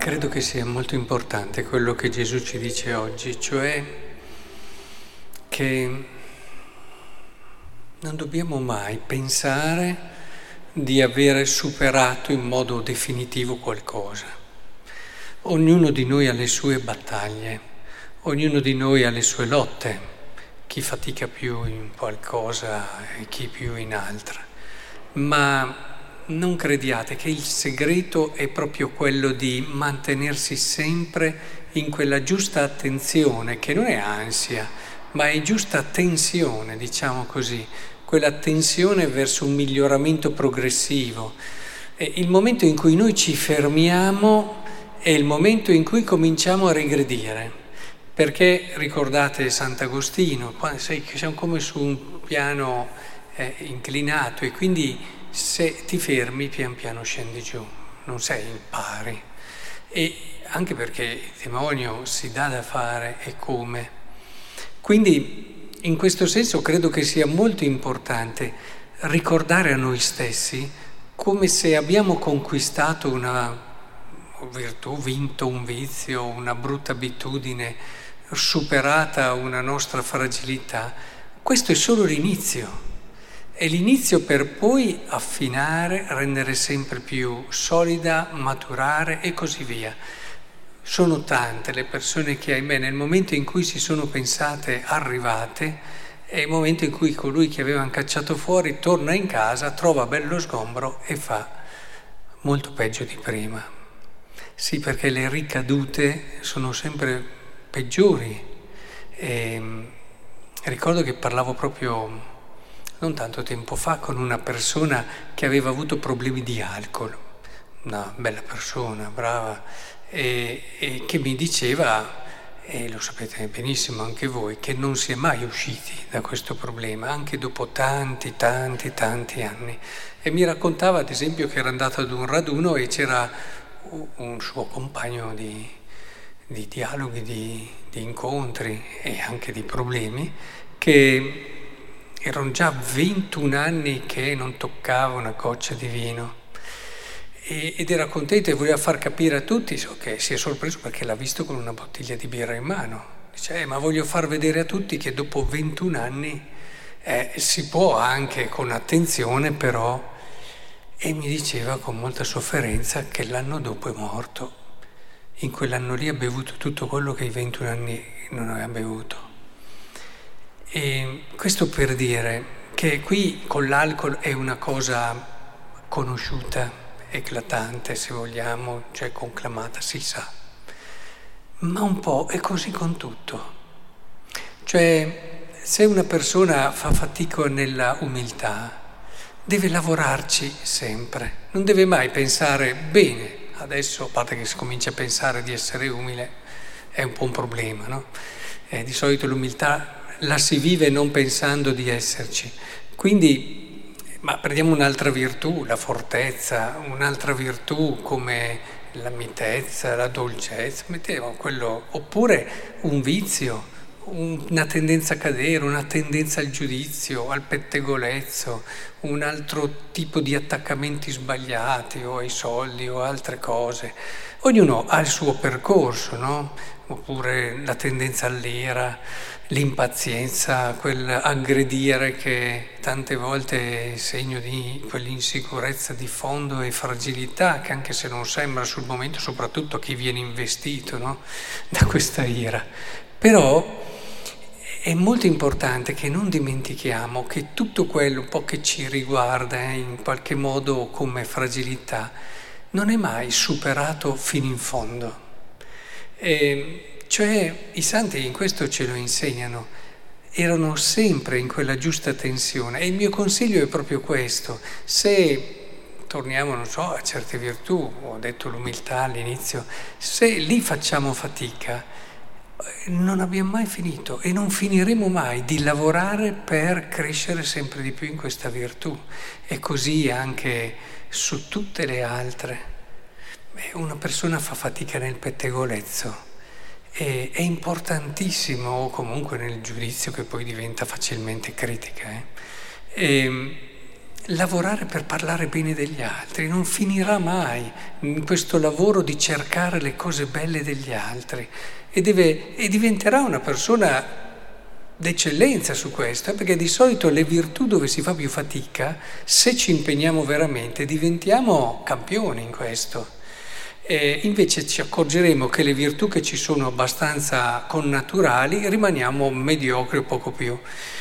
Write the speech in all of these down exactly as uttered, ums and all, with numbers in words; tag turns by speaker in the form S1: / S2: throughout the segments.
S1: credo che sia molto importante quello che Gesù ci dice oggi, cioè che non dobbiamo mai pensare di avere superato in modo definitivo qualcosa. Ognuno di noi ha le sue battaglie, ognuno di noi ha le sue lotte, chi fatica più in qualcosa e chi più in altra, ma non crediate che il segreto è proprio quello di mantenersi sempre in quella giusta attenzione, che non è ansia, ma è giusta tensione, diciamo così, quella tensione verso un miglioramento progressivo. E il momento in cui noi ci fermiamo è il momento in cui cominciamo a regredire, perché ricordate Sant'Agostino, siamo come su un piano eh, inclinato e quindi se ti fermi pian piano scendi giù, non sei in pari. E anche perché il demonio si dà da fare e come. Quindi in questo senso credo che sia molto importante ricordare a noi stessi come se abbiamo conquistato una virtù, vinto un vizio, una brutta abitudine, superata una nostra fragilità. Questo è solo l'inizio. È l'inizio per poi affinare, rendere sempre più solida, maturare e così via. Sono tante le persone che, ahimè, nel momento in cui si sono pensate arrivate, è il momento in cui colui che avevano cacciato fuori torna in casa, trova bello sgombro e fa molto peggio di prima. Sì, perché le ricadute sono sempre peggiori. E ricordo che parlavo proprio non tanto tempo fa con una persona che aveva avuto problemi di alcol, una bella persona, brava, e, e che mi diceva, e lo sapete benissimo anche voi, che non si è mai usciti da questo problema, anche dopo tanti, tanti, tanti anni. E mi raccontava ad esempio che era andato ad un raduno e c'era un suo compagno di, di dialoghi, di, di incontri e anche di problemi, che erano già ventuno anni che non toccava una goccia di vino e, ed era contento e voleva far capire a tutti, so che si è sorpreso perché l'ha visto con una bottiglia di birra in mano. Dice, eh, ma voglio far vedere a tutti che dopo ventuno anni eh, si può anche con attenzione però, e mi diceva con molta sofferenza che l'anno dopo è morto. In quell'anno lì ha bevuto tutto quello che i ventuno anni non aveva bevuto. E questo per dire che qui con l'alcol è una cosa conosciuta, eclatante se vogliamo, cioè conclamata, si sa, ma un po' è così con tutto. Cioè se una persona fa fatica nella umiltà deve lavorarci sempre, non deve mai pensare bene, adesso a parte che si comincia a pensare di essere umile è un po' un problema, no? Eh, di solito l'umiltà la si vive non pensando di esserci. Quindi, ma prendiamo un'altra virtù, la fortezza, un'altra virtù come la mitezza, la dolcezza, mettiamo quello, oppure un vizio, una tendenza a cadere, una tendenza al giudizio, al pettegolezzo, un altro tipo di attaccamenti sbagliati o ai soldi o altre cose. Ognuno ha il suo percorso, no? Oppure la tendenza all'ira, l'impazienza, quell'aggredire che tante volte è segno di quell'insicurezza di fondo e fragilità che anche se non sembra sul momento, soprattutto a chi viene investito, no? Da questa ira. Però è molto importante che non dimentichiamo che tutto quello un po' che ci riguarda eh, in qualche modo come fragilità non è mai superato fino in fondo. E cioè i santi in questo ce lo insegnano, erano sempre in quella giusta tensione e il mio consiglio è proprio questo: se torniamo, non so, a certe virtù, ho detto l'umiltà all'inizio, se lì facciamo fatica non abbiamo mai finito e non finiremo mai di lavorare per crescere sempre di più in questa virtù, e così anche su tutte le altre. Una persona fa fatica nel pettegolezzo, e è importantissimo, o comunque nel giudizio che poi diventa facilmente critica. Eh? E, lavorare per parlare bene degli altri, non finirà mai in questo lavoro di cercare le cose belle degli altri e, deve, e diventerà una persona d'eccellenza su questo, eh, perché di solito le virtù dove si fa più fatica, se ci impegniamo veramente, diventiamo campioni in questo. E invece ci accorgeremo che le virtù che ci sono abbastanza connaturali rimaniamo mediocri o poco più.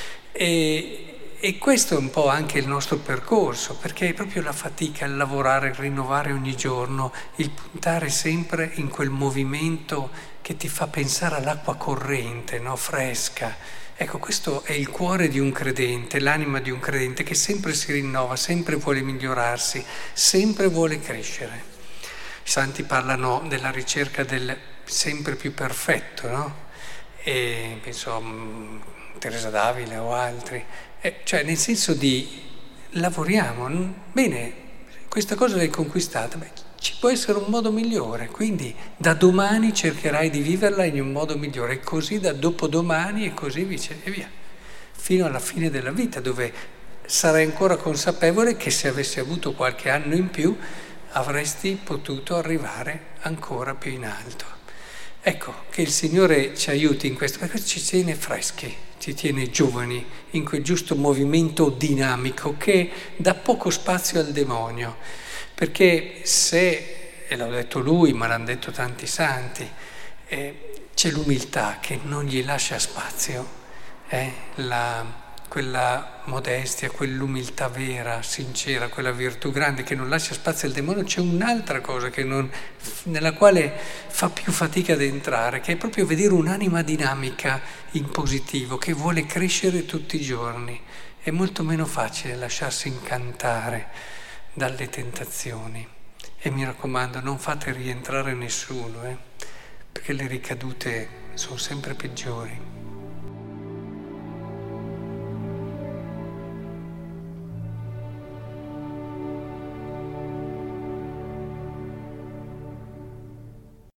S1: E, e questo è un po' anche il nostro percorso, perché è proprio la fatica, il lavorare, il rinnovare ogni giorno, il puntare sempre in quel movimento che ti fa pensare all'acqua corrente, no? Fresca. Ecco, questo è il cuore di un credente, l'anima di un credente che sempre si rinnova, sempre vuole migliorarsi, sempre vuole crescere. I santi parlano della ricerca del sempre più perfetto, no? E penso a Teresa d'Avila o altri, e cioè nel senso di lavoriamo, bene, questa cosa l'hai conquistata, beh, ci può essere un modo migliore, quindi da domani cercherai di viverla in un modo migliore, e così da dopodomani e così vice e via, fino alla fine della vita, dove sarai ancora consapevole che se avessi avuto qualche anno in più avresti potuto arrivare ancora più in alto. Ecco, che il Signore ci aiuti in questo, perché ci tiene freschi, ci tiene giovani, in quel giusto movimento dinamico che dà poco spazio al demonio. Perché se, e l'ha detto lui, ma l'hanno detto tanti santi, eh, c'è l'umiltà che non gli lascia spazio, eh, la, quella modestia, quell'umiltà vera, sincera, quella virtù grande che non lascia spazio al demonio, c'è un'altra cosa che non, nella quale fa più fatica ad entrare, che è proprio vedere un'anima dinamica in positivo, che vuole crescere tutti i giorni. È molto meno facile lasciarsi incantare dalle tentazioni. E mi raccomando, non fate rientrare nessuno, eh, perché le ricadute sono sempre peggiori.